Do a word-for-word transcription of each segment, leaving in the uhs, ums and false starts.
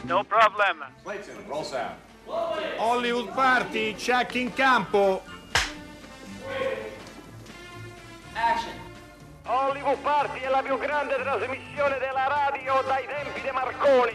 No problem. Clayton, roll sound. Hollywood Party, check in campo. Action. Hollywood Party è la più grande trasmissione della radio dai tempi di Marconi.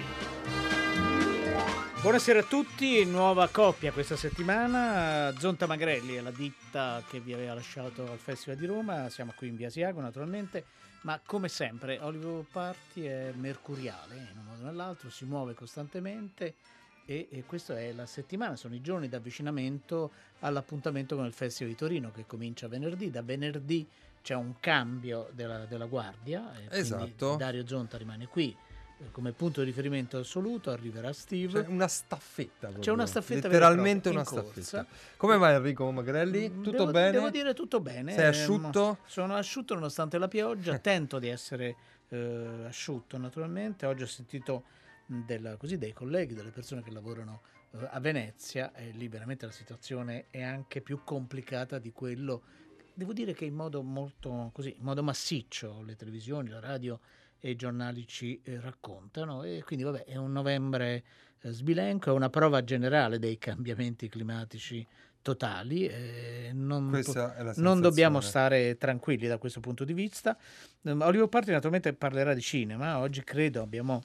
Buonasera a tutti, nuova coppia questa settimana. Zonta Magrelli è la ditta che vi aveva lasciato al Festival di Roma. Siamo qui in via Asiago naturalmente, ma come sempre Hollywood Party è mercuriale in un modo o nell'altro, si muove costantemente e, e questa è la settimana, sono i giorni d'avvicinamento all'appuntamento con il Festival di Torino che comincia venerdì. Da venerdì c'è un cambio della, della guardia, e esatto. Dario Zonta rimane qui come punto di riferimento assoluto, arriverà Steve. C'è una staffetta proprio. C'è una staffetta letteralmente vera e una propria, in staffetta. corsa. Come va Enrico Magrelli? Tutto devo, bene? Devo dire tutto bene. Sei asciutto? Eh, sono asciutto nonostante la pioggia, tento di essere eh, asciutto naturalmente. Oggi ho sentito del, così, dei colleghi, delle persone che lavorano eh, a Venezia, e lì veramente la situazione è anche più complicata di quello. Devo dire che in modo molto così, in modo massiccio le televisioni, la radio e i giornali ci eh, raccontano, e quindi vabbè, è un novembre eh, sbilenco, è una prova generale dei cambiamenti climatici totali, eh, non, Questa è la non dobbiamo sensazione. stare tranquilli da questo punto di vista. um, Hollywood Party naturalmente parlerà di cinema. Oggi credo abbiamo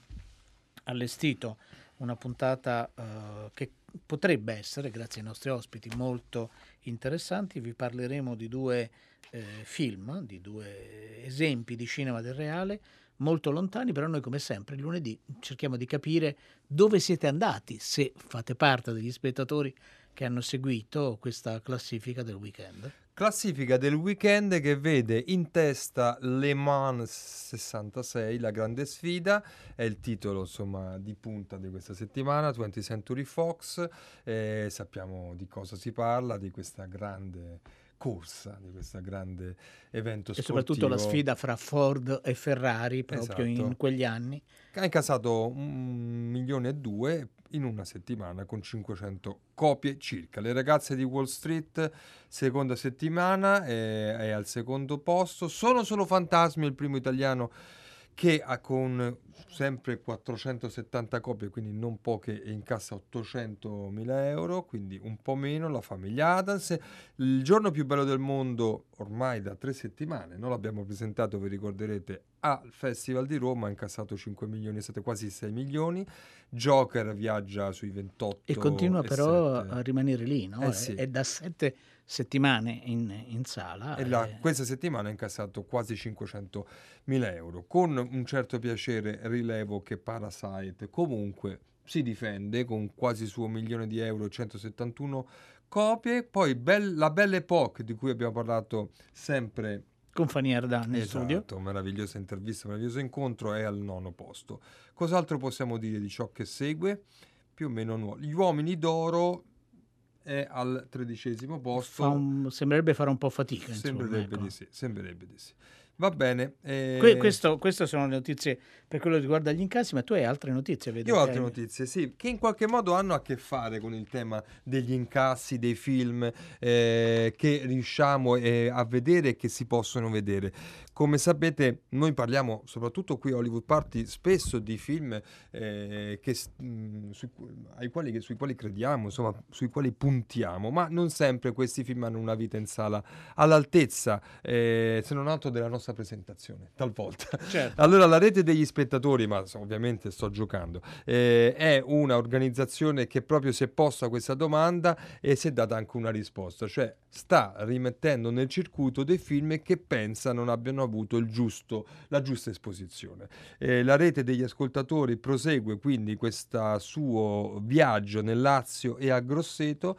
allestito una puntata uh, che potrebbe essere, grazie ai nostri ospiti, molto interessanti. Vi parleremo di due eh, film, di due esempi di cinema del reale molto lontani, però noi come sempre il lunedì cerchiamo di capire dove siete andati, se fate parte degli spettatori che hanno seguito questa classifica del weekend. Classifica del weekend che vede in testa Le Mans sessantasei, la grande sfida, è il titolo insomma di punta di questa settimana, twentieth Century Fox, eh, sappiamo di cosa si parla, di questa grande corsa, di questo grande evento sportivo. E soprattutto la sfida fra Ford e Ferrari proprio Esatto. in quegli anni. Ha incassato un milione e due in una settimana con cinquecento copie circa. Le ragazze di Wall Street, seconda settimana, è, è al secondo posto. Sono solo fantasmi, il primo italiano che ha con sempre quattrocentosettanta copie, quindi non poche, e incassa ottocentomila euro, quindi un po' meno. La famiglia Adams. Il giorno più bello del mondo, ormai da tre settimane, non l'abbiamo presentato, vi ricorderete, al Festival di Roma, ha incassato cinque milioni, sette, quasi sei milioni. Joker viaggia sui ventotto E continua e però sette. a rimanere lì, no? Eh È- sì. È da sette settimane in, in sala. E la, eh, questa settimana ha incassato quasi cinquecentomila euro. Con un certo piacere rilevo che Parasite comunque si difende con quasi suo milione di euro, centosettantuno copie. Poi Belle- la Belle Époque, di cui abbiamo parlato sempre, con Fanny Ardant in esatto, studio. meravigliosa intervista, meraviglioso incontro, è al nono posto. Cos'altro possiamo dire di ciò che segue? Più o meno nuovo. Gli Uomini d'Oro è al tredicesimo posto. Fa un- sembrerebbe fare un po' fatica. insomma, Sembrerebbe ecco. di sì, sembrerebbe di sì. Va bene. eh, Que- questo, queste sono le notizie per quello che riguarda gli incassi, ma tu hai altre notizie, vedo. Io ho che altre hai- notizie, sì, che in qualche modo hanno a che fare con il tema degli incassi, dei film eh, che riusciamo eh, a vedere e che si possono vedere. Come sapete, noi parliamo, soprattutto qui a Hollywood Party, spesso di film eh, che, s- mh, sui, ai quali, sui quali crediamo, insomma, sui quali puntiamo, ma non sempre questi film hanno una vita in sala all'altezza, eh, se non altro della nostra presentazione, talvolta. Certo. Allora, la rete degli spettatori, ma so- ovviamente sto giocando, eh, è una organizzazione che proprio si è posta questa domanda e si è data anche una risposta, cioè sta rimettendo nel circuito dei film che pensa non abbiano avuto il giusto, la giusta esposizione. Eh, la rete degli ascoltatori prosegue quindi questo suo viaggio nel Lazio e a Grosseto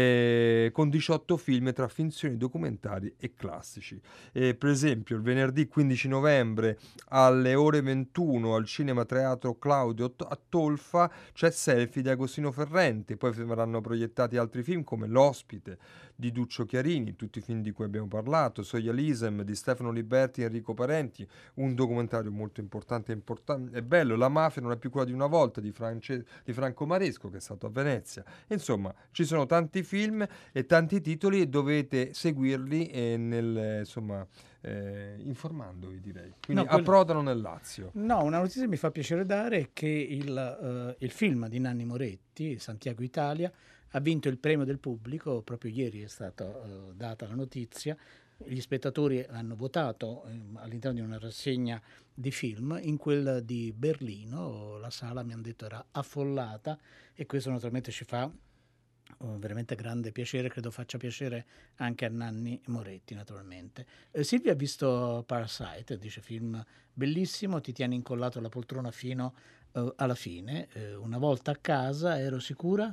eh, con diciotto film tra finzioni, documentari e classici. Eh, per esempio, il venerdì quindici novembre alle ore ventuno al Cinema Teatro Claudio a Tolfa c'è Selfie di Agostino Ferrenti, poi verranno proiettati altri film come L'Ospite di Duccio Chiarini, tutti i film di cui abbiamo parlato, Socialism di Stefano Liberti e Enrico Parenti, un documentario molto importante e importan- e bello, La mafia non è più quella di una volta di, France- di Franco Maresco, che è stato a Venezia. Insomma, ci sono tanti film e tanti titoli e dovete seguirli eh, nel, insomma, eh, informandovi, direi. Quindi No, quello- approdano nel Lazio. No, una notizia che mi fa piacere dare è che il, eh, il film di Nanni Moretti, Santiago Italia, ha vinto il premio del pubblico. Proprio ieri è stata eh, data la notizia. Gli spettatori hanno votato eh, all'interno di una rassegna di film. In quella di Berlino la sala, mi hanno detto, era affollata, e questo naturalmente ci fa oh, veramente grande piacere. Credo faccia piacere anche a Nanni Moretti, naturalmente. Eh, Silvia ha visto Parasite, dice film bellissimo, ti tiene incollato alla poltrona fino eh, alla fine. Eh, una volta a casa ero sicura...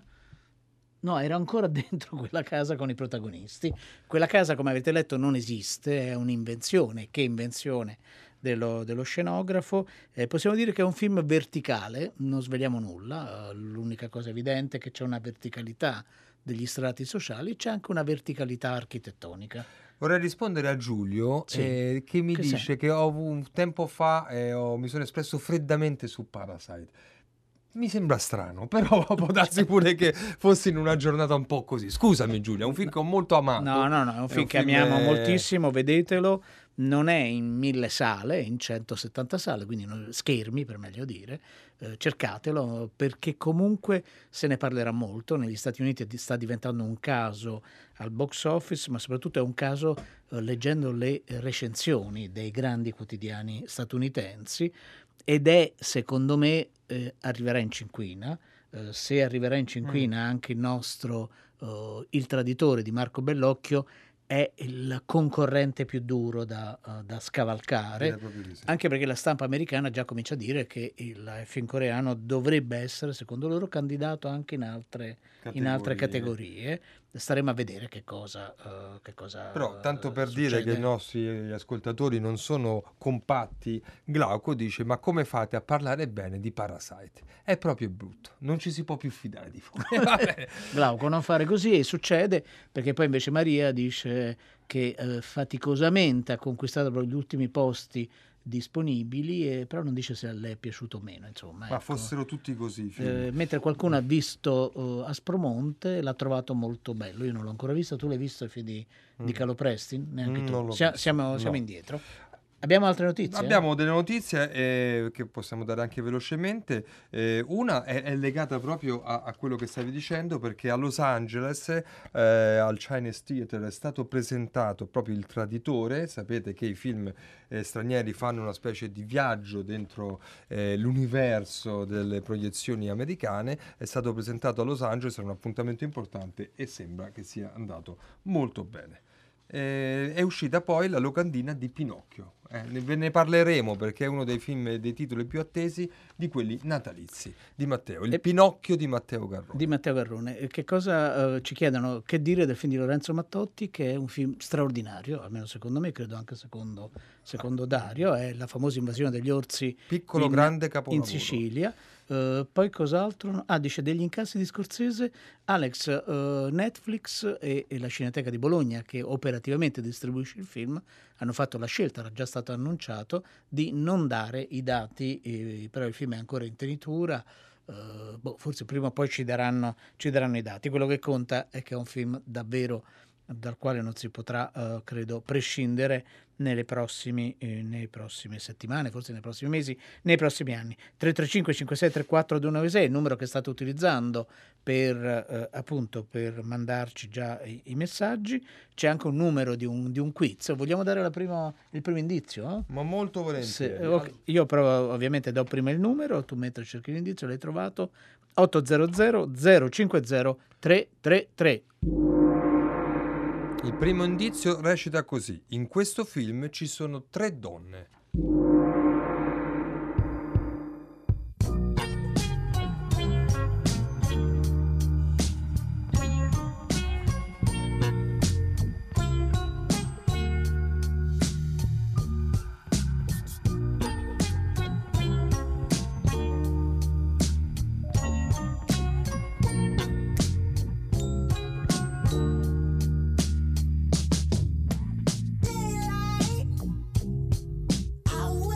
No, era ancora dentro quella casa con i protagonisti. Quella casa, come avete letto, non esiste, è un'invenzione. Che invenzione dello, dello scenografo. Eh, possiamo dire che è un film verticale, non sveliamo nulla. Uh, l'unica cosa evidente è che c'è una verticalità degli strati sociali, c'è anche una verticalità architettonica. Vorrei rispondere a Giulio Sì. eh, che mi Che dice sei? che ho un tempo fa eh, ho- mi sono espresso freddamente su Parasite. Mi sembra strano, però può darsi pure che fossi in una giornata un po' così. Scusami Giulia, è un film che ho molto amato. No, no, no, è un film che amiamo moltissimo, vedetelo. Non è in mille sale, è in centosettanta sale, quindi non- schermi per meglio dire. Eh, cercatelo, perché comunque se ne parlerà molto. Negli Stati Uniti di- sta diventando un caso al box office, ma soprattutto è un caso eh, leggendo le recensioni dei grandi quotidiani statunitensi, ed è, secondo me, eh, arriverà in cinquina. Eh, se arriverà in cinquina anche il nostro eh, Il Traditore di Marco Bellocchio, è il concorrente più duro da, uh, da scavalcare, Direi proprio di sì. anche perché la stampa americana già comincia a dire che il film coreano dovrebbe essere, secondo loro, candidato anche in altre categorie. In altre categorie. Staremo a vedere che cosa, uh, che cosa Però, tanto per succede. dire che i nostri ascoltatori non sono compatti, Glauco dice: ma come fate a parlare bene di Parasite? È proprio brutto, non ci si può più fidare di voi. Vabbè. Glauco, non fare così, e succede, perché poi invece Maria dice che eh, faticosamente ha conquistato proprio gli ultimi posti disponibili, e però non dice se a lei è piaciuto o meno, insomma. Ma ecco. fossero tutti così i film. Eh, mentre qualcuno ha visto uh, Aspromonte, l'ha trovato molto bello. Io non l'ho ancora visto. Tu l'hai visto il film di, di Calopresti? Neanche Mm, tu. non l'ho Sia- visto, siamo, siamo no. indietro. Abbiamo altre notizie? Abbiamo delle notizie eh, che possiamo dare anche velocemente. Eh, una è, è legata proprio a, a quello che stavi dicendo, perché a Los Angeles, eh, al Chinese Theater, è stato presentato proprio Il Traditore. Sapete che i film eh, stranieri fanno una specie di viaggio dentro eh, l'universo delle proiezioni americane. È stato presentato a Los Angeles, è un appuntamento importante e sembra che sia andato molto bene. Eh, è uscita poi la locandina di Pinocchio. Eh, ne, ve ne parleremo, perché è uno dei film, dei titoli più attesi, di quelli natalizi di Matteo, il E- Pinocchio di Matteo Garrone. Di Matteo Garrone. E che cosa eh, ci chiedono? Che dire del film di Lorenzo Mattotti, che è un film straordinario, almeno secondo me, credo anche secondo, secondo Dario. È la famosa invasione degli orsi Piccolo in, grande in capolavoro. Sicilia. Uh, poi cos'altro? Ah, dice degli incassi di Scorsese. Alex, uh, Netflix e, e la Cineteca di Bologna, che operativamente distribuisce il film, hanno fatto la scelta, era già stato annunciato, di non dare i dati, eh, però il film è ancora in tenitura. Uh, boh, forse prima o poi ci daranno, ci daranno i dati. Quello che conta è che è un film davvero dal quale non si potrà, uh, credo, prescindere nelle prossime, eh, nelle prossime settimane, forse nei prossimi mesi, nei prossimi anni. tre tre cinque cinque sei tre quattro due nove sei è il numero che state utilizzando per, eh, appunto, per mandarci già i, i messaggi. C'è anche un numero di un, di un quiz. Vogliamo dare la prima, il primo indizio? Eh? Ma molto Se, volentieri. ok, io però ovviamente do prima il numero, tu mentre cerchi l'indizio. L'hai trovato? otto zero zero zero cinque zero tre tre tre. Il primo indizio recita così: in questo film ci sono tre donne. I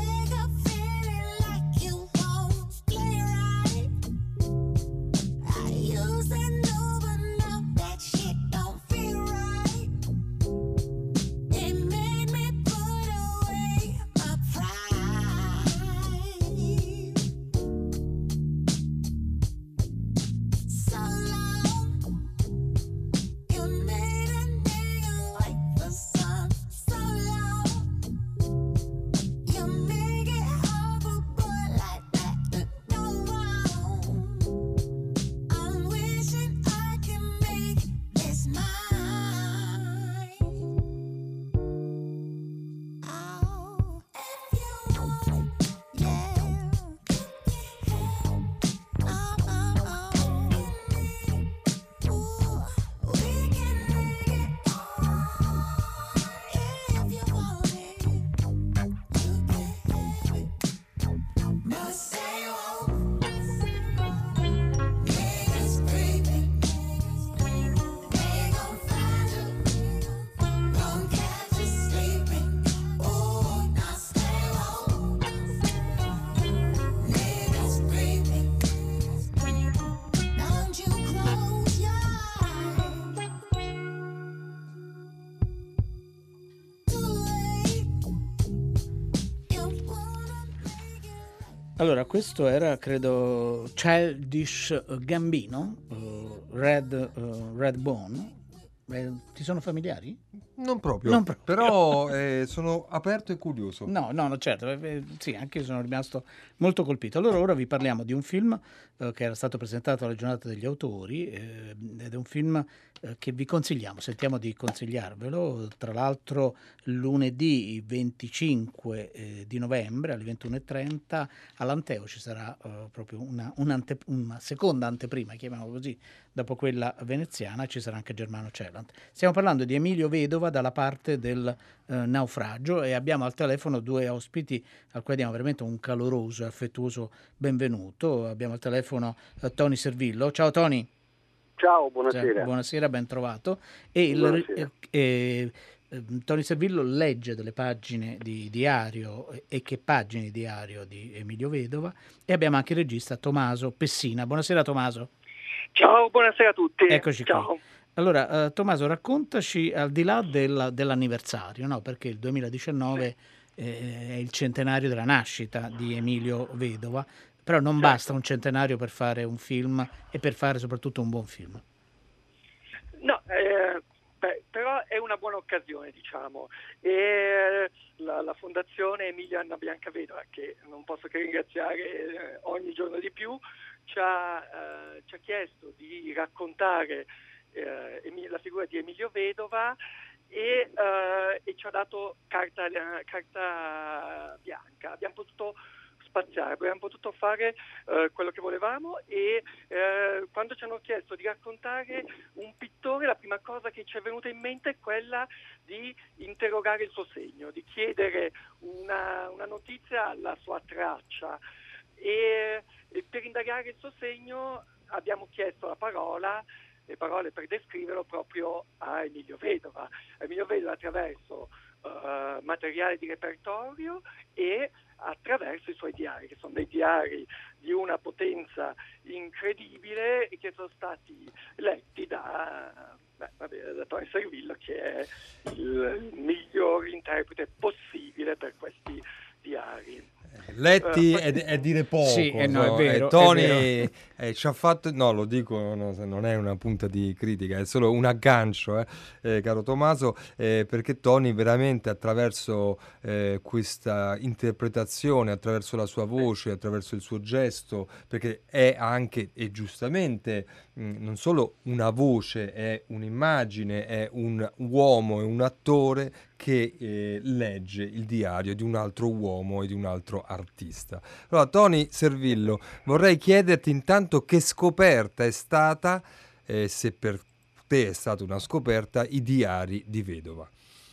Allora, questo era, credo, Childish Gambino, uh, Red, uh, Redbone. Eh, ti sono familiari? Non proprio, Non proprio. però eh, sono aperto e curioso. No, no, no, certo, eh, eh, sì, anche io sono rimasto molto colpito. Allora, ora vi parliamo di un film eh, che era stato presentato alla giornata degli autori eh, ed è un film eh, che vi consigliamo, sentiamo di consigliarvelo. Tra l'altro lunedì venticinque eh, di novembre alle ventuno e trenta all'Anteo ci sarà eh, proprio una, un'ante- una seconda anteprima, chiamiamola così, dopo quella veneziana, ci sarà anche Germano Celant. Stiamo parlando di Emilio Vedova dalla parte del eh, naufragio e abbiamo al telefono due ospiti al quali diamo veramente un caloroso e affettuoso benvenuto. Abbiamo al telefono eh, Tony Servillo. Ciao Tony. Ciao, buonasera. Cioè, buonasera, ben trovato. E il, Buonasera. eh, eh, Tony Servillo legge delle pagine di diario e che pagine di diario di Emilio Vedova e abbiamo anche il regista Tommaso Pessina. Buonasera Tommaso. Ciao, buonasera a tutti. Eccoci Ciao. qui. Allora, eh, Tommaso, raccontaci al di là del- dell'anniversario, no? Perché il duemiladiciannove eh, è il centenario della nascita di Emilio Vedova, però non basta un centenario per fare un film e per fare soprattutto un buon film. No, eh, beh, però è una buona occasione, diciamo. E la, la Fondazione Emilio Anna Bianca Vedova, che non posso che ringraziare eh, ogni giorno di più, ci ha, eh, ci ha chiesto di raccontare eh, Emi- la figura di Emilio Vedova e, eh, e ci ha dato carta, carta bianca. Abbiamo potuto spaziare, abbiamo potuto fare eh, quello che volevamo e eh, quando ci hanno chiesto di raccontare un pittore, la prima cosa che ci è venuta in mente è quella di interrogare il suo segno, di chiedere una, una notizia alla sua traccia e, e per indagare il suo segno abbiamo chiesto la parola le parole per descriverlo proprio a Emilio Vedova. Emilio Vedova attraverso uh, materiale di repertorio e attraverso i suoi diari, che sono dei diari di una potenza incredibile e che sono stati letti da, beh, vabbè, da Tony Servillo, che è il miglior interprete possibile per questi diari. Letti è, è dire poco. Sì, eh, no, è so. vero, Eh, Tony è eh, ci ha fatto, no, lo dico, no, se non è una punta di critica, è solo un aggancio, eh, eh, caro Tommaso, eh, perché Tony veramente attraverso eh, questa interpretazione, attraverso la sua voce, attraverso il suo gesto, perché è anche, e giustamente, mh, non solo una voce, è un'immagine, è un uomo, è un attore che eh, legge il diario di un altro uomo e di un altro artista. Allora, Tony Servillo, vorrei chiederti intanto che scoperta è stata, eh, se per te è stata una scoperta, i diari di Vedova.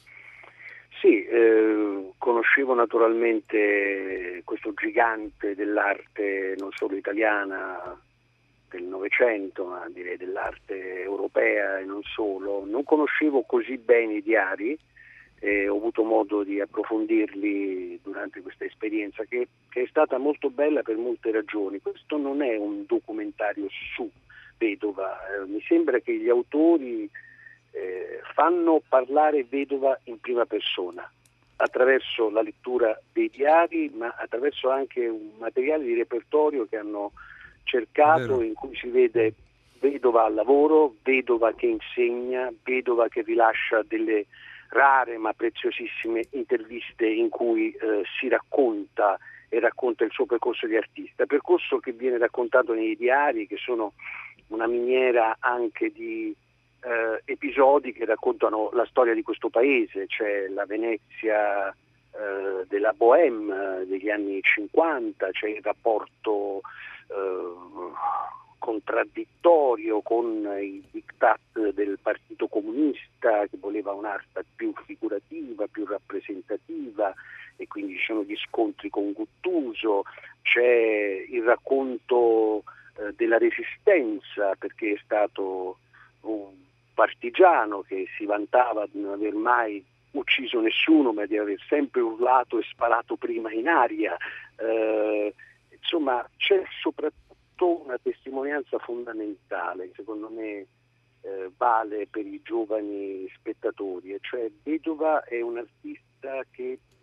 Sì, eh, conoscevo naturalmente questo gigante dell'arte non solo italiana del Novecento, ma direi dell'arte europea e non solo. Non conoscevo così bene i diari, eh, ho avuto modo di approfondirli durante questa esperienza che, che è stata molto bella per molte ragioni. Questo non è un documentario su Vedova, eh, mi sembra che gli autori eh, fanno parlare Vedova in prima persona attraverso la lettura dei diari, ma attraverso anche un materiale di repertorio che hanno cercato, in cui si vede Vedova al lavoro, Vedova che insegna, Vedova che rilascia delle rare ma preziosissime interviste in cui eh, si racconta e racconta il suo percorso di artista, percorso che viene raccontato nei diari, che sono una miniera anche di eh, episodi che raccontano la storia di questo paese. C'è la Venezia eh, della Bohème degli anni cinquanta, c'è il rapporto eh, contraddittorio con i diktat del Partito Comunista, che voleva un'arte più figurativa, più rappresentativa, e quindi ci sono gli scontri con Guttuso. C'è il racconto eh, della resistenza, perché è stato un partigiano che si vantava di non aver mai ucciso nessuno, ma di aver sempre urlato e sparato prima in aria. Eh, insomma, c'è soprattutto una testimonianza fondamentale, secondo me eh, vale per i giovani spettatori, e cioè Vedova è un artista che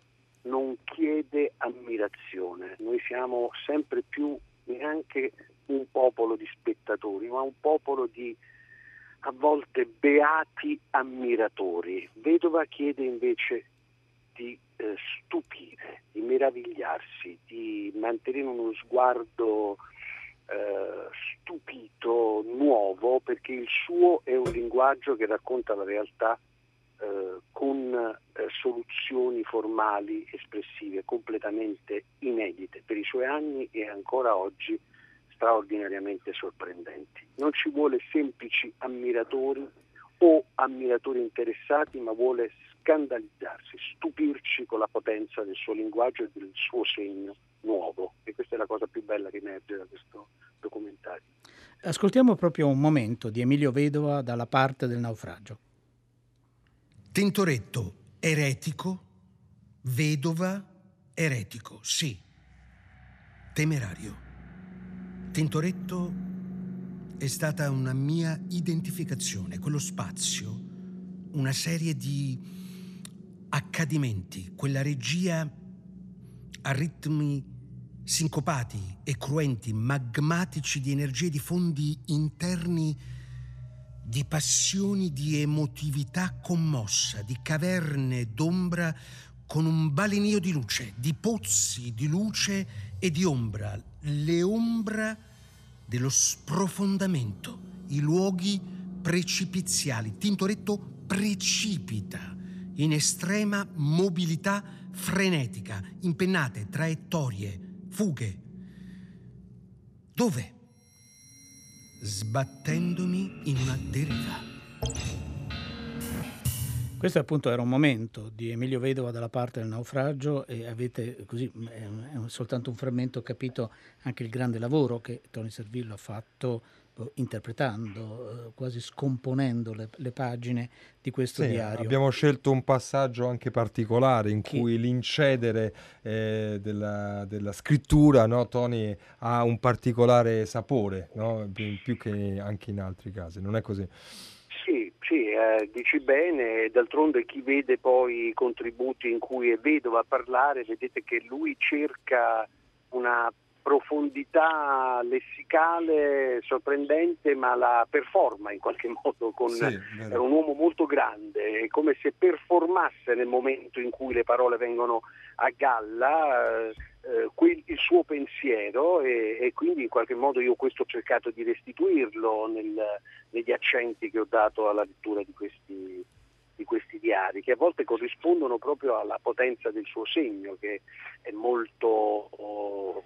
non chiede ammirazione. Noi siamo sempre più neanche un popolo di spettatori, ma un popolo di a volte beati ammiratori. Vedova chiede invece di eh, stupire, di meravigliarsi, di mantenere uno sguardo eh, stupito, nuovo, perché il suo è un linguaggio che racconta la realtà eh, con eh, soluzioni formali, espressive, completamente inedite per i suoi anni e ancora oggi straordinariamente sorprendenti. Non ci vuole semplici ammiratori o ammiratori interessati, ma vuole scandalizzarsi, stupirci con la potenza del suo linguaggio e del suo segno nuovo, e questa è la cosa più bella che emerge da questo documentario. Ascoltiamo proprio un momento di Emilio Vedova dalla parte del naufragio. Tintoretto eretico, Vedova eretico, sì. Temerario. Tintoretto è stata una mia identificazione, quello spazio, una serie di accadimenti, quella regia a ritmi sincopati e cruenti, magmatici di energie, di fondi interni, di passioni, di emotività commossa, di caverne d'ombra con un balenio di luce, di pozzi di luce e di ombra, le ombra dello sprofondamento, i luoghi precipiziali. Tintoretto precipita in estrema mobilità frenetica, impennate, traiettorie, fughe. Dove? Sbattendomi in una deriva. Questo appunto era un momento di Emilio Vedova dalla parte del naufragio, e avete così, è soltanto un frammento, capito anche il grande lavoro che Tony Servillo ha fatto eh, interpretando, eh, quasi scomponendo le, le pagine di questo Sì, diario. abbiamo scelto un passaggio anche particolare in Che- cui l'incedere eh, della, della scrittura, no, Tony, ha un particolare sapore, no? Più più che anche in altri casi, non è così? Sì, sì, eh, dici bene, d'altronde chi vede poi i contributi in cui è Vedova a parlare, vedete che lui cerca una profondità lessicale sorprendente, ma la performa in qualche modo con Sì, vero. è un uomo molto grande, è come se performasse nel momento in cui le parole vengono a galla eh, eh, quel, il suo pensiero, e, e quindi in qualche modo io questo ho cercato di restituirlo nel, negli accenti che ho dato alla lettura di questi, di questi diari, che a volte corrispondono proprio alla potenza del suo segno, che è molto oh,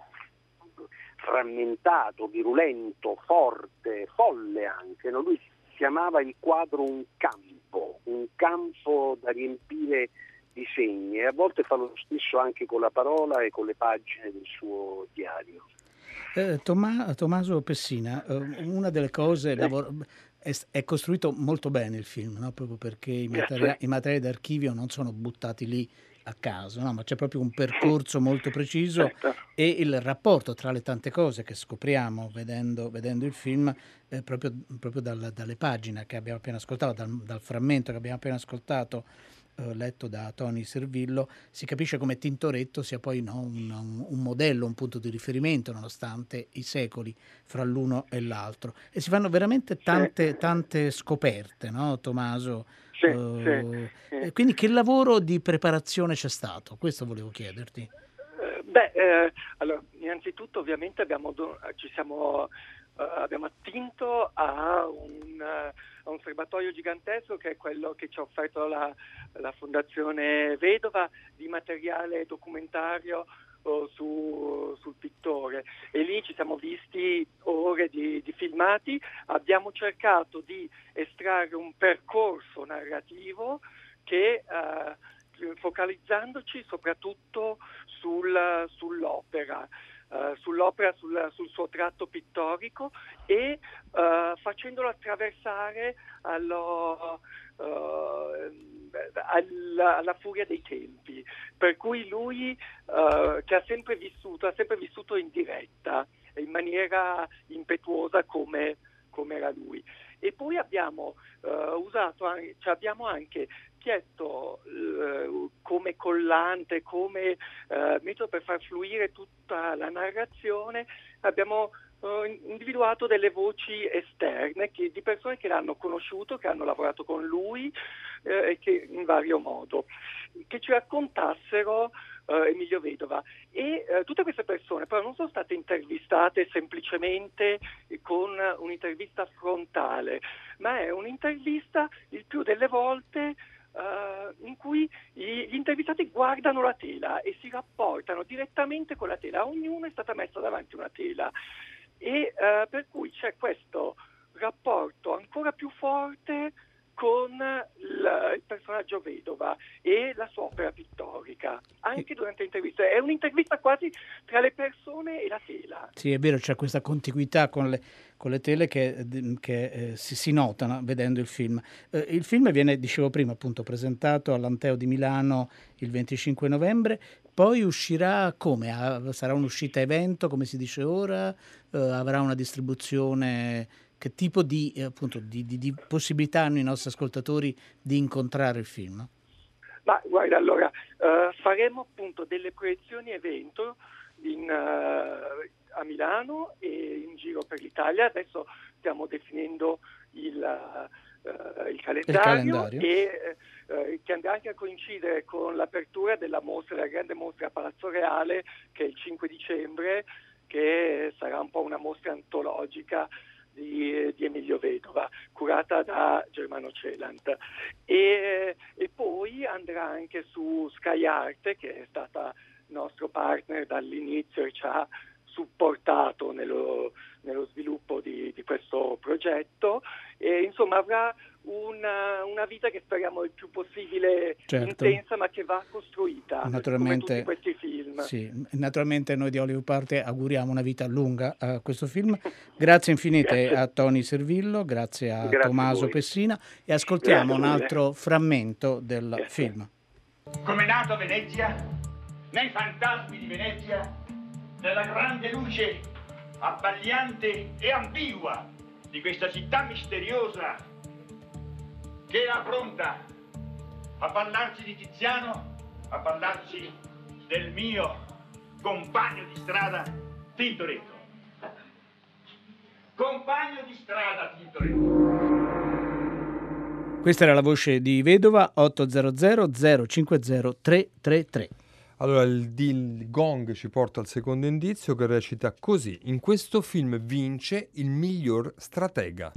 frammentato, virulento, forte, folle anche, no? Lui chiamava il quadro un campo, un campo da riempire di segni, e a volte fa lo stesso anche con la parola e con le pagine del suo diario. Eh, Tomma- Tommaso Pessina, eh, una delle cose, lavor- è, è costruito molto bene il film, no? Proprio perché i, materia- Grazie. i materiali d'archivio non sono buttati lì a caso, no? Ma c'è proprio un percorso molto preciso, Certo. e il rapporto tra le tante cose che scopriamo vedendo, vedendo il film, eh, proprio, proprio dal- dalle pagine che abbiamo appena ascoltato, dal, dal frammento che abbiamo appena ascoltato, eh, letto da Tony Servillo, si capisce come Tintoretto sia poi, no, un, un- un modello, un punto di riferimento nonostante i secoli fra l'uno e l'altro, e si fanno veramente tante, tante scoperte, no, Tommaso? Sì, Eh, sì, eh, sì. quindi che lavoro di preparazione c'è stato? Questo volevo chiederti. Eh, Beh, eh, allora, innanzitutto ovviamente abbiamo, do- ci siamo, eh, abbiamo attinto a un, eh, a un serbatoio gigantesco, che è quello che ci ha offerto la, la Fondazione Vedova, di materiale documentario oh, su, sul pittore, e lì ci siamo visti ore di, di filmati. Abbiamo cercato di estrarre un percorso narrativo che eh, focalizzandoci soprattutto sul, sull'opera, eh, sull'opera sul, sul suo tratto pittorico, e eh, facendolo attraversare allo, eh, alla, alla furia dei tempi, per cui lui eh, che ha sempre vissuto, ha sempre vissuto in diretta, in maniera impetuosa come, come era lui. E poi abbiamo uh, usato, cioè abbiamo anche specchietto eh, come collante, come eh, metodo per far fluire tutta la narrazione, abbiamo eh, individuato delle voci esterne che, di persone che l'hanno conosciuto, che hanno lavorato con lui eh, e che in vario modo, che ci raccontassero eh, Emilio Vedova. E eh, tutte queste persone però non sono state intervistate semplicemente con un'intervista frontale, ma è un'intervista il più delle volte uh, in cui gli, gli intervistati guardano la tela e si rapportano direttamente con la tela. A ognuno è stata messa davanti una tela e uh, per cui c'è questo rapporto ancora più forte con il, il personaggio Vedova e la sua opera pittorica, anche durante l'intervista. È un'intervista quasi tra le persone e la tela. Sì, è vero, c'è questa contiguità con le, con le tele che, che eh, si, si notano vedendo il film. Eh, il film viene, dicevo prima, appunto presentato all'Anteo di Milano il venticinque novembre, poi uscirà come? Ah, sarà un'uscita evento, come si dice ora? Eh, avrà una distribuzione... Che tipo di, eh, appunto, di, di, di possibilità hanno i nostri ascoltatori di incontrare il film? Ma guarda, allora, uh, faremo appunto delle proiezioni evento in, uh, a Milano e in giro per l'Italia. Adesso stiamo definendo il, uh, il, calendario, il calendario e uh, che andrà anche a coincidere con l'apertura della mostra, la grande mostra a Palazzo Reale, che è il cinque dicembre, che sarà un po' una mostra antologica Di, di Emilio Vedova, curata da Germano Celant, e, e poi andrà anche su Sky Arte, che è stata nostro partner dall'inizio e ci ha supportato nello, nello sviluppo di, di questo progetto, e insomma avrà una, una vita che speriamo il più possibile certo. intensa, ma che va costruita naturalmente, come tutti questi film. Sì, naturalmente noi di Hollywood Party auguriamo una vita lunga a questo film. Grazie infinite grazie. a Tony Servillo, grazie a grazie Tommaso a Pessina, e ascoltiamo un altro frammento del grazie. film. Come è nato a Venezia, nei fantasmi di Venezia, nella grande luce abbagliante e ambigua di questa città misteriosa che era pronta a parlarci di Tiziano, a parlarci del mio compagno di strada Tintoretto. Compagno di strada Tintoretto. Questa era la voce di Vedova. Otto zero zero zero cinque zero tre tre tre. Allora il, il gong ci porta al secondo indizio, che recita così: in questo film vince il miglior stratega.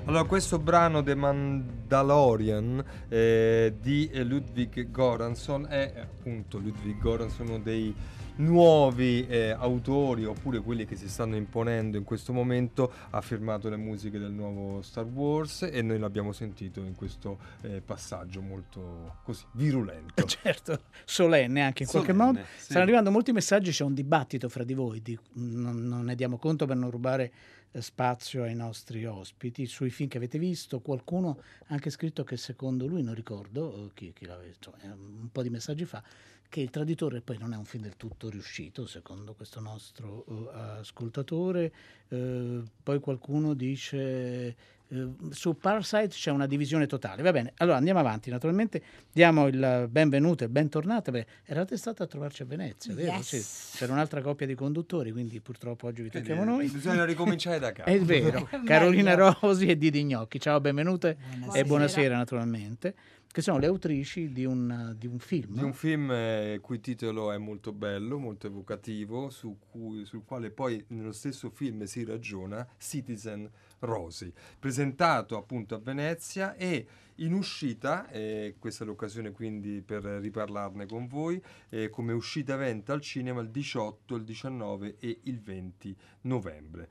Allora, questo brano The Mandalorian eh, di Ludwig Göransson è appunto Ludwig Göransson, uno dei nuovi eh, autori, oppure quelli che si stanno imponendo in questo momento. Ha firmato le musiche del nuovo Star Wars e noi l'abbiamo sentito in questo eh, passaggio molto così virulento. Certo, solenne anche in Solenne, qualche modo. sì. Stanno arrivando molti messaggi, c'è un dibattito fra di voi, di, non, non ne diamo conto per non rubare eh, spazio ai nostri ospiti, sui film che avete visto. Qualcuno ha anche scritto che secondo lui, non ricordo eh, chi, chi l'ha visto, eh, un po' di messaggi fa, che Il Traditore poi non è un film del tutto riuscito, secondo questo nostro uh, ascoltatore. Uh, poi qualcuno dice uh, su Parasite c'è una divisione totale. Va bene, allora andiamo avanti. Naturalmente diamo il benvenuto e bentornate. Beh, eravate stata a trovarci a Venezia, vero? Yes. Sì. C'era un'altra coppia di conduttori, quindi purtroppo oggi vi tocchiamo noi. Bisogna ricominciare da capo. È vero. Carolina Rosi e Didi Gnocchi. Ciao, benvenute Buonasera. e buonasera naturalmente. Che sono le autrici di un, di un film. Di un film eh, cui titolo è molto bello, molto evocativo, su cui, sul quale poi nello stesso film si ragiona, Citizen Rosie, presentato appunto a Venezia e in uscita, eh, questa è l'occasione quindi per riparlarne con voi, eh, come uscita evento al cinema il diciotto, il diciannove e il venti novembre.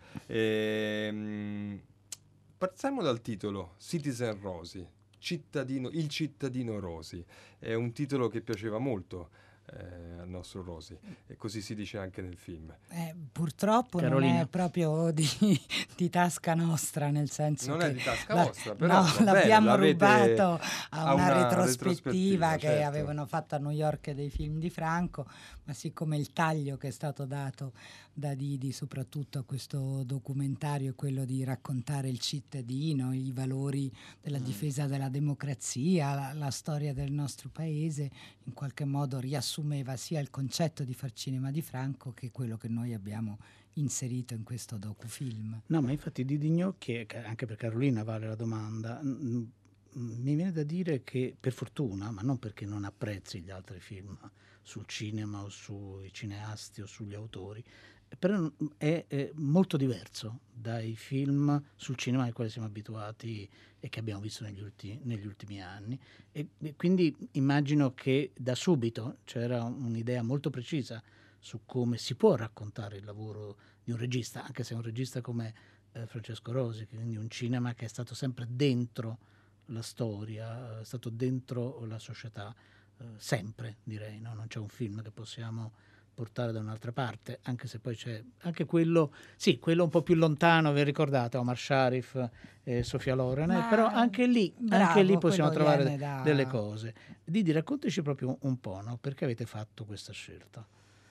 Ehm, partiamo dal titolo, Citizen Rosie. Cittadino, il cittadino Rosie è un titolo che piaceva molto eh, al nostro Rosie e così si dice anche nel film. Eh, purtroppo Carolina. non è proprio di, di tasca nostra, nel senso Non che è di tasca la- vostra, però no, va bene, l'abbiamo l'avete rubato a a una, una retrospettiva, retrospettiva, che certo. avevano fatto a New York dei film di Franco, ma siccome il taglio che è stato dato da Didi soprattutto a questo documentario è quello di raccontare il cittadino, i valori della difesa della democrazia, la, la storia del nostro paese, in qualche modo riassumeva sia il concetto di far cinema di Franco che quello che noi abbiamo inserito in questo docufilm. No, ma infatti Didi Gnocchi, anche per Carolina vale la domanda, mm, mi viene da dire che per fortuna, ma non perché non apprezzi gli altri film sul cinema o sui cineasti o sugli autori, però è, è molto diverso dai film sul cinema ai quali siamo abituati e che abbiamo visto negli, ulti, negli ultimi anni, e, e quindi immagino che da subito c'era un'idea molto precisa su come si può raccontare il lavoro di un regista, anche se è un regista come eh, Francesco Rosi, quindi un cinema che è stato sempre dentro la storia, è stato dentro la società, eh, sempre direi, no? Non c'è un film che possiamo portare da un'altra parte, anche se poi c'è anche quello, sì, quello un po' più lontano, vi ricordate, Omar Sharif e Sofia Loren, Ma però anche lì, bravo, anche lì possiamo quello trovare viene da- delle cose. Didi, raccontaci proprio un po', no? Perché avete fatto questa scelta?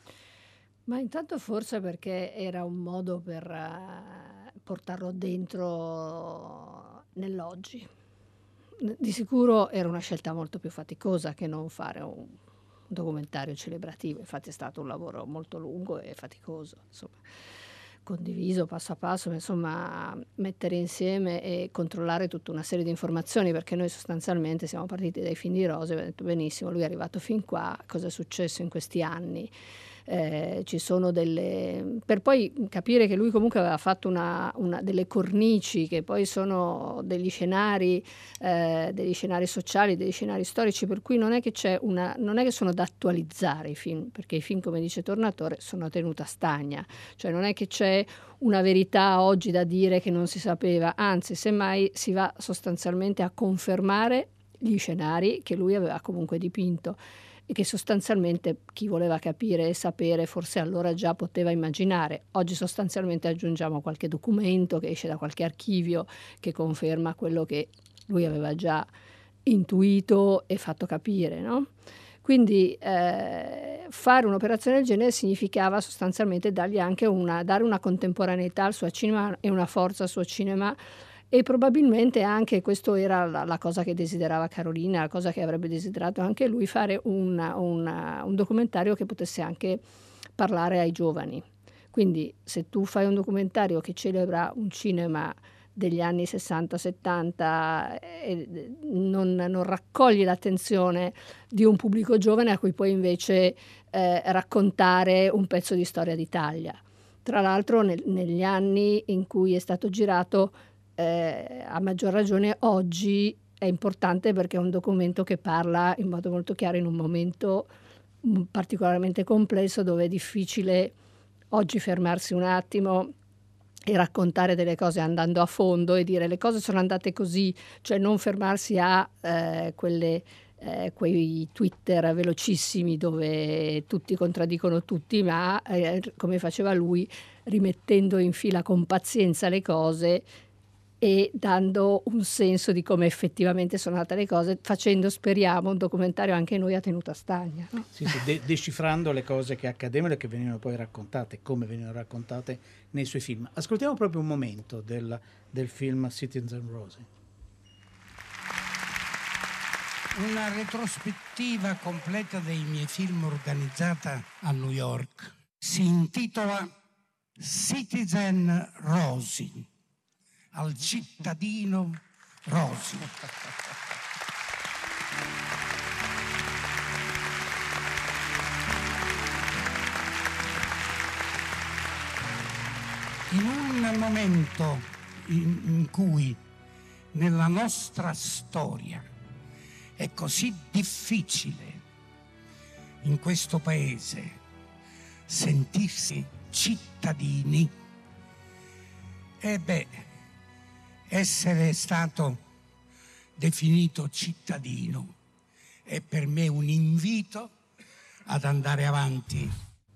Ma intanto forse perché era un modo per eh, portarlo dentro nell'oggi. Di sicuro era una scelta molto più faticosa che non fare un documentario celebrativo, infatti è stato un lavoro molto lungo e faticoso, insomma, condiviso passo a passo, insomma, mettere insieme e controllare tutta una serie di informazioni, perché noi sostanzialmente siamo partiti dai film di Rosi, abbiamo detto benissimo, lui è arrivato fin qua, cosa è successo in questi anni? Eh, ci sono delle, per poi capire che lui comunque aveva fatto una, una, delle cornici che poi sono degli scenari, eh, degli scenari sociali, degli scenari storici, per cui non è che c'è una, non è che sono da attualizzare i film, perché i film, come dice Tornatore, sono tenuta stagna, cioè non è che c'è una verità oggi da dire che non si sapeva, anzi semmai si va sostanzialmente a confermare gli scenari che lui aveva comunque dipinto e che sostanzialmente chi voleva capire e sapere forse allora già poteva immaginare. Oggi sostanzialmente aggiungiamo qualche documento che esce da qualche archivio che conferma quello che lui aveva già intuito e fatto capire, no? Quindi eh, fare un'operazione del genere significava sostanzialmente dargli anche una, dare una contemporaneità al suo cinema e una forza al suo cinema, e probabilmente anche questo era la, la cosa che desiderava Carolina, la cosa che avrebbe desiderato anche lui, fare una, una, un documentario che potesse anche parlare ai giovani. Quindi se tu fai un documentario che celebra un cinema degli anni sessanta settanta e non, non raccogli l'attenzione di un pubblico giovane a cui puoi invece eh, raccontare un pezzo di storia d'Italia. Tra l'altro nel, negli anni in cui è stato girato eh, a maggior ragione oggi è importante perché è un documento che parla in modo molto chiaro in un momento particolarmente complesso dove è difficile oggi fermarsi un attimo e raccontare delle cose andando a fondo e dire le cose sono andate così, cioè non fermarsi a eh, quelle, eh, quei Twitter velocissimi dove tutti contraddicono tutti, ma eh, come faceva lui, rimettendo in fila con pazienza le cose e dando un senso di come effettivamente sono andate le cose, facendo, speriamo, un documentario anche noi a tenuta stagna. No? Sì, sì, de- decifrando le cose che accadevano e che venivano poi raccontate, come venivano raccontate nei suoi film. Ascoltiamo proprio un momento del, del film Citizen Rosie. Una retrospettiva completa dei miei film organizzata a New York si intitola Citizen Rosie, al cittadino Rosie. In un momento in, in cui nella nostra storia è così difficile in questo paese sentirsi cittadini, e beh, essere stato definito cittadino è per me un invito ad andare avanti.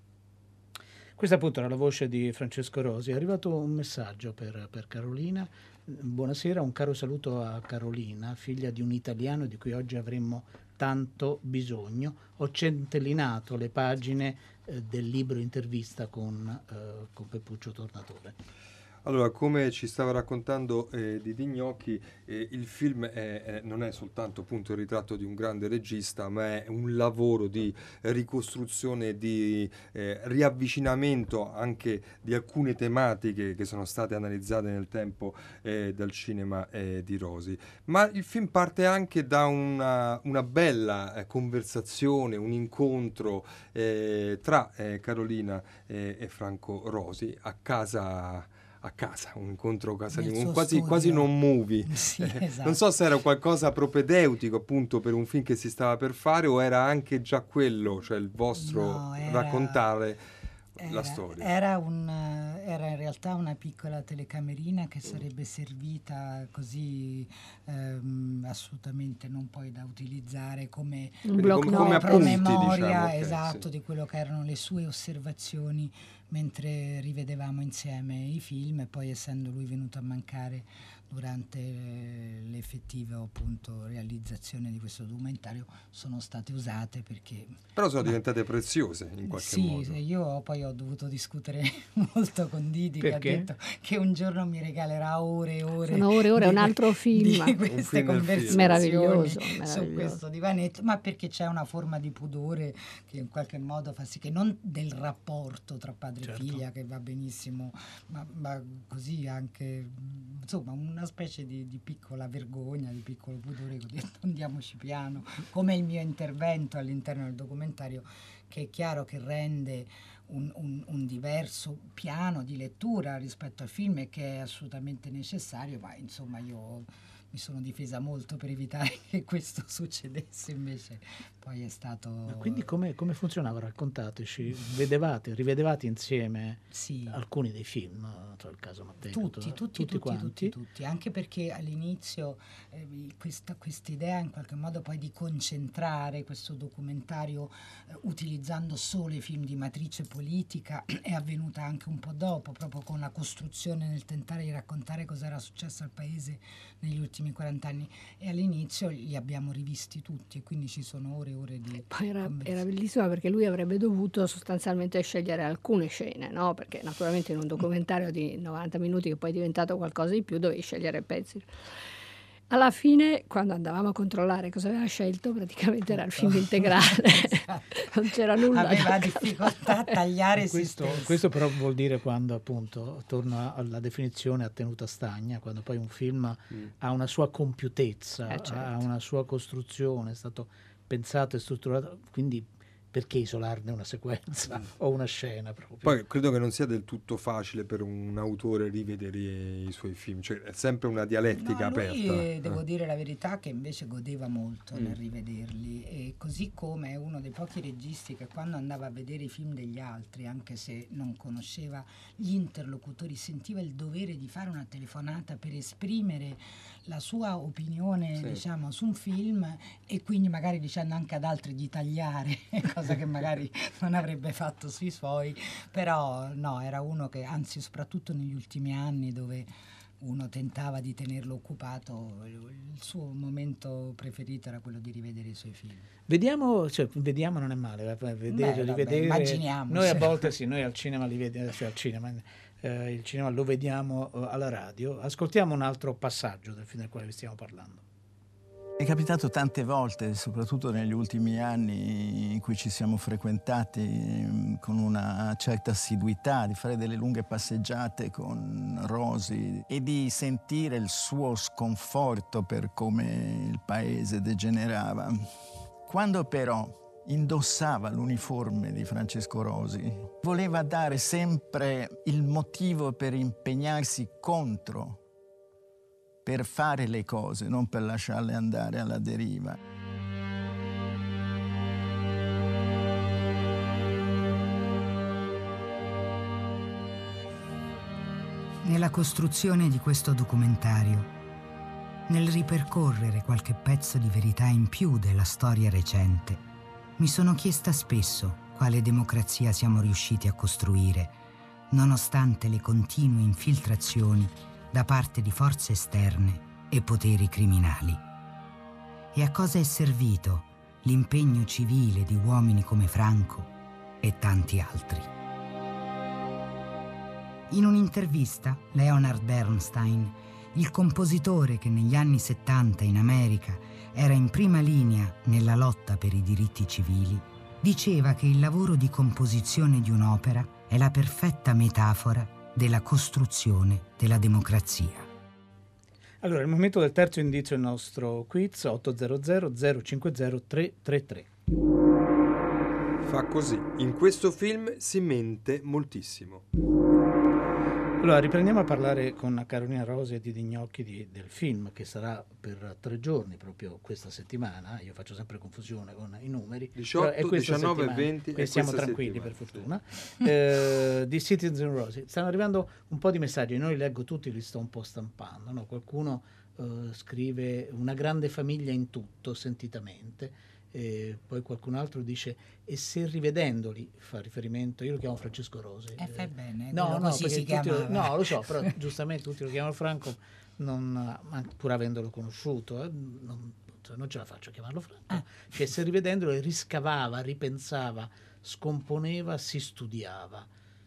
Questa appunto era la voce di Francesco Rosi. È arrivato un messaggio per, per Carolina. Buonasera, un caro saluto a Carolina, figlia di un italiano di cui oggi avremmo tanto bisogno. Ho centellinato le pagine eh, del libro intervista con, eh, con Peppuccio Tornatore. Allora, come ci stava raccontando eh, Didi Gnocchi, eh, il film è, è, non è soltanto appunto il ritratto di un grande regista, ma è un lavoro di ricostruzione, di eh, riavvicinamento anche di alcune tematiche che sono state analizzate nel tempo eh, dal cinema eh, di Rosi. Ma il film parte anche da una, una bella eh, conversazione, un incontro eh, tra eh, Carolina eh, e Franco Rosi a casa... a casa, un incontro casalingo, un quasi, quasi non movie. Sì, eh, esatto. Non so se era qualcosa propedeutico appunto per un film che si stava per fare o era anche già quello, cioè il vostro No, era, raccontare era, la storia. Era, un, era in realtà una piccola telecamerina che sarebbe servita così ehm, assolutamente non poi da utilizzare come, un block come, come appunti, promemoria, diciamo, okay, esatto, sì. di quello che erano le sue osservazioni mentre rivedevamo insieme i film, e poi essendo lui venuto a mancare durante l'effettiva appunto realizzazione di questo documentario sono state usate perché però sono ma, diventate preziose in qualche sì, modo. Sì, io poi ho dovuto discutere molto con Didi perché? Che ha detto che un giorno mi regalerà ore e ore sono ore e ore, di, un altro film di queste film conversazioni meraviglioso, su meraviglioso. questo divanetto, ma perché c'è una forma di pudore che in qualche modo fa sì che non del rapporto tra padre certo. e figlia che va benissimo, ma, ma così anche insomma una specie di, di piccola vergogna, di piccolo pudore, così andiamoci piano, come il mio intervento all'interno del documentario, che è chiaro che rende un, un, un diverso piano di lettura rispetto al film e che è assolutamente necessario, ma insomma io mi sono difesa molto per evitare che questo succedesse, invece poi è stato... Ma quindi come, come funzionava? Raccontateci, vedevate, rivedevate insieme sì. alcuni dei film, tra il caso Matteo? Tutti, tutti, tutti, tutti, quanti? tutti, tutti, anche perché all'inizio eh, questa idea in qualche modo poi di concentrare questo documentario eh, utilizzando solo i film di matrice politica è avvenuta anche un po' dopo, proprio con la costruzione nel tentare di raccontare cosa era successo al paese negli ultimi quaranta anni, e all'inizio li abbiamo rivisti tutti e quindi ci sono ore e ore di poi era, era bellissima perché lui avrebbe dovuto sostanzialmente scegliere alcune scene, no? Perché naturalmente in un documentario di novanta minuti che poi è diventato qualcosa di più dovevi scegliere pezzi. Alla fine, quando andavamo a controllare cosa aveva scelto, praticamente era il film integrale, esatto. Non c'era nulla. Aveva difficoltà a tagliare questo, se stesso. questo però vuol dire quando appunto, torno alla definizione a tenuta stagna, quando poi un film mm. ha una sua compiutezza, eh, certo. ha una sua costruzione, è stato pensato e strutturato, quindi perché isolarne una sequenza mm. o una scena proprio. Poi credo che non sia del tutto facile per un autore rivedere i suoi film, cioè è sempre una dialettica no, lui, aperta. Eh, devo dire la verità che invece godeva molto mm. nel rivederli, e così come è uno dei pochi registi che quando andava a vedere i film degli altri, anche se non conosceva gli interlocutori, sentiva il dovere di fare una telefonata per esprimere la sua opinione, sì. diciamo, su un film, e quindi magari dicendo anche ad altri di tagliare, cosa che magari non avrebbe fatto sui suoi, però no, era uno che, anzi soprattutto negli ultimi anni dove uno tentava di tenerlo occupato, il suo momento preferito era quello di rivedere i suoi film. Vediamo, cioè, vediamo non è male, vedere, rivedere. Immaginiamo. Noi a volte sì, noi al cinema li vediamo, cioè al cinema, eh, il cinema lo vediamo eh, alla radio. Ascoltiamo un altro passaggio del film del quale vi stiamo parlando. È capitato tante volte, soprattutto negli ultimi anni in cui ci siamo frequentati con una certa assiduità, di fare delle lunghe passeggiate con Rosi e di sentire il suo sconforto per come il paese degenerava. Quando però indossava l'uniforme di Francesco Rosi, voleva dare sempre il motivo per impegnarsi contro, per fare le cose, non per lasciarle andare alla deriva. Nella costruzione di questo documentario, nel ripercorrere qualche pezzo di verità in più della storia recente, mi sono chiesta spesso quale democrazia siamo riusciti a costruire, nonostante le continue infiltrazioni da parte di forze esterne e poteri criminali. E a cosa è servito l'impegno civile di uomini come Franco e tanti altri? In un'intervista, Leonard Bernstein, il compositore che negli anni settanta in America era in prima linea nella lotta per i diritti civili, diceva che il lavoro di composizione di un'opera è la perfetta metafora della costruzione della democrazia. Allora, è il momento del terzo indizio del nostro quiz, otto zero zero zero cinque zero tre tre tre. Fa così, in questo film si mente moltissimo. Allora, riprendiamo a parlare con Carolina Rosi e Didi Gnocchi di, del film, che sarà per tre giorni, proprio questa settimana. Io faccio sempre confusione con i numeri. diciotto, diciannove, venti e siamo tranquilli settimana. Per fortuna. Sì. Eh, di Citizen Rosie. Stanno arrivando un po' di messaggi, noi li leggo tutti, li sto un po' stampando. No? Qualcuno eh, scrive una grande famiglia in tutto, sentitamente. E poi qualcun altro dice e se rivedendoli, fa riferimento, io lo chiamo Francesco Rosi, e fai bene, no, no, così si lo, no lo so, però giustamente tutti lo chiamano Franco, non, pur avendolo conosciuto, eh, non, cioè, non ce la faccio a chiamarlo Franco, ah. Cioè se rivedendolo riscavava, ripensava, scomponeva, si studiava.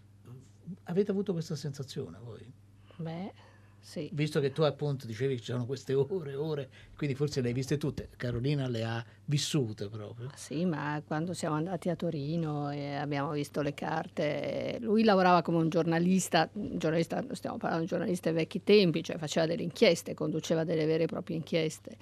Avete avuto questa sensazione voi? Beh, sì. Visto che tu appunto dicevi che ci sono queste ore e ore, quindi forse le hai viste tutte, Carolina le ha vissute proprio. Sì, ma quando siamo andati a Torino e abbiamo visto le carte, lui lavorava come un giornalista, giornalista stiamo parlando di giornalista ai vecchi tempi, cioè faceva delle inchieste, conduceva delle vere e proprie inchieste.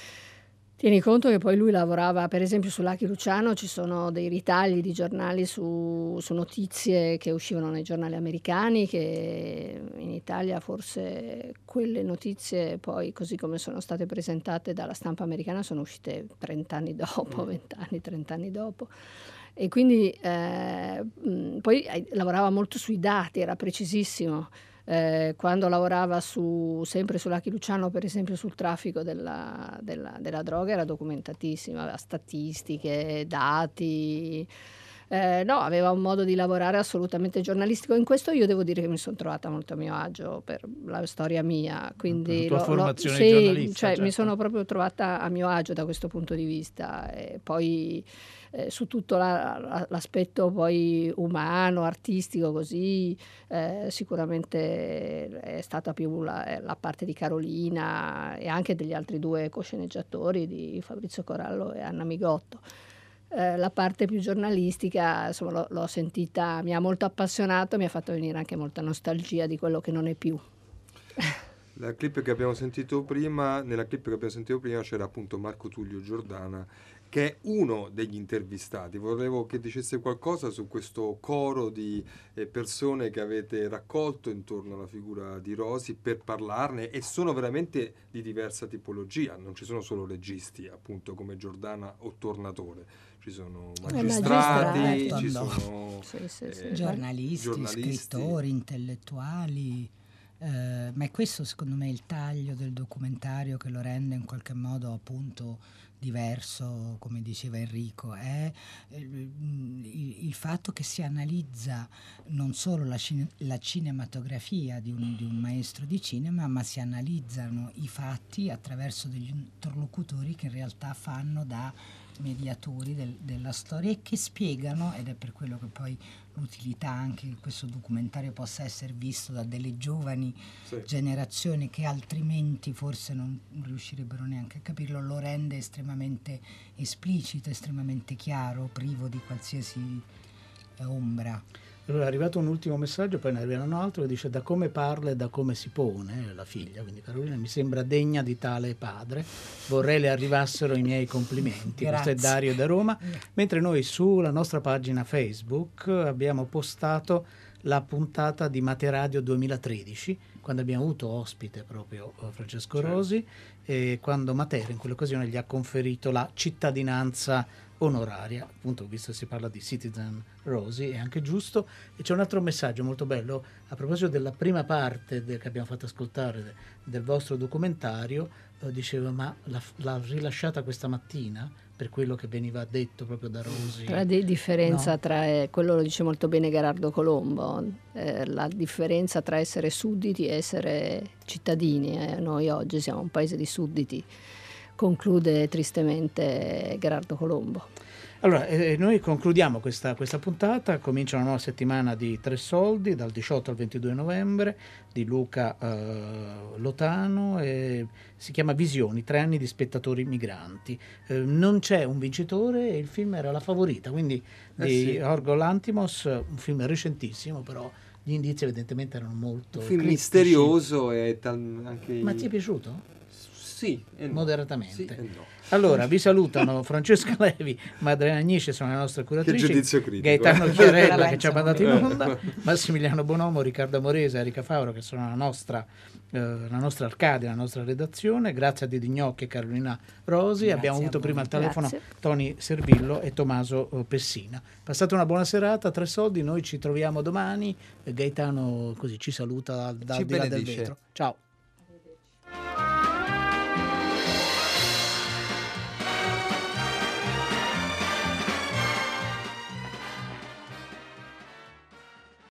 Tieni conto che poi lui lavorava, per esempio su Lucky Luciano ci sono dei ritagli di giornali su, su notizie che uscivano nei giornali americani, che in Italia forse quelle notizie poi, così come sono state presentate dalla stampa americana, sono uscite trent'anni dopo, vent'anni, trent'anni dopo. E quindi eh, poi lavorava molto sui dati, era precisissimo. Eh, quando lavorava su, sempre su Lucky Luciano, per esempio sul traffico della, della, della droga, era documentatissimo, aveva statistiche, dati, eh, no, aveva un modo di lavorare assolutamente giornalistico. In questo io devo dire che mi sono trovata molto a mio agio per la storia mia, quindi per la tua lo, formazione lo, di sì, giornalista, cioè, certo. Mi sono proprio trovata a mio agio da questo punto di vista, e poi Eh, su tutto la, la, l'aspetto poi umano, artistico, così eh, sicuramente è stata più la, la parte di Carolina e anche degli altri due cosceneggiatori, di Fabrizio Corallo e Anna Migotto. Eh, la parte più giornalistica, insomma, l'ho, l'ho sentita, mi ha molto appassionato, mi ha fatto venire anche molta nostalgia di quello che non è più. La clip che abbiamo sentito prima, nella clip che abbiamo sentito prima c'era appunto Marco Tullio Giordana che è uno degli intervistati. Volevo che dicesse qualcosa su questo coro di eh, persone che avete raccolto intorno alla figura di Rosi per parlarne, e sono veramente di diversa tipologia, non ci sono solo registi appunto come Giordana o Tornatore, ci sono magistrati, magistrati ci no. sono sì, sì, sì. eh, giornalisti, giornalisti, scrittori, intellettuali. Eh, ma è questo secondo me il taglio del documentario che lo rende in qualche modo appunto diverso, come diceva Enrico, è eh, il, il fatto che si analizza non solo la, cine, la cinematografia di un, di un maestro di cinema, ma si analizzano i fatti attraverso degli interlocutori che in realtà fanno da mediatori del, della storia e che spiegano, ed è per quello che poi l'utilità anche che questo documentario possa essere visto da delle giovani sì. generazioni che altrimenti forse non riuscirebbero neanche a capirlo, lo rende estremamente esplicito, estremamente chiaro, privo di qualsiasi eh, ombra. Allora è arrivato un ultimo messaggio, poi ne arriverà un altro che dice: da come parla e da come si pone la figlia, quindi Carolina mi sembra degna di tale padre, vorrei le arrivassero i miei complimenti. Questo è Dario da Roma. Mentre noi sulla nostra pagina Facebook abbiamo postato la puntata di Materadio duemilatredici, quando abbiamo avuto ospite proprio Francesco certo. Rosi, e quando Matera in quell'occasione gli ha conferito la cittadinanza onoraria, appunto, visto che si parla di Citizen Rosi, è anche giusto. E c'è un altro messaggio molto bello a proposito della prima parte de, che abbiamo fatto ascoltare de, del vostro documentario. Eh, diceva: ma l'ha, l'ha rilasciata questa mattina per quello che veniva detto proprio da Rosi. La di differenza no? tra, eh, quello lo dice molto bene Gerardo Colombo, eh, la differenza tra essere sudditi e essere cittadini. Eh. Noi oggi siamo un paese di sudditi, conclude tristemente Gerardo Colombo. Allora, eh, noi concludiamo questa, questa puntata, comincia una nuova settimana di Tre Soldi, dal diciotto al ventidue novembre, di Luca eh, Lotano, e si chiama Visioni, tre anni di spettatori migranti. Eh, non c'è un vincitore e il film era La Favorita, quindi eh di sì. Yorgos Lanthimos, un film recentissimo, però gli indizi evidentemente erano molto un film critici. misterioso e tal- anche... Ma ti è piaciuto? Sì e no. Moderatamente. Sì e no. Allora, vi salutano Francesca Levi, Madalena Agnisci, sono le nostre curatrici, che giudizio critico, Gaetano eh. Chiarella che ci ha mandato in onda, Massimiliano Bonomo, Riccardo Amorese, Erika Fauro che sono la nostra, eh, la nostra Arcadia, la nostra redazione. Grazie a Didi Gnocchi e Carolina Rosi. Grazie Abbiamo avuto prima al telefono Grazie. Tony Servillo e Tommaso eh, Pessina. Passate una buona serata, Tre Soldi, noi ci troviamo domani. Gaetano così ci saluta da, da, Ci di là del benedice. vetro. Ciao.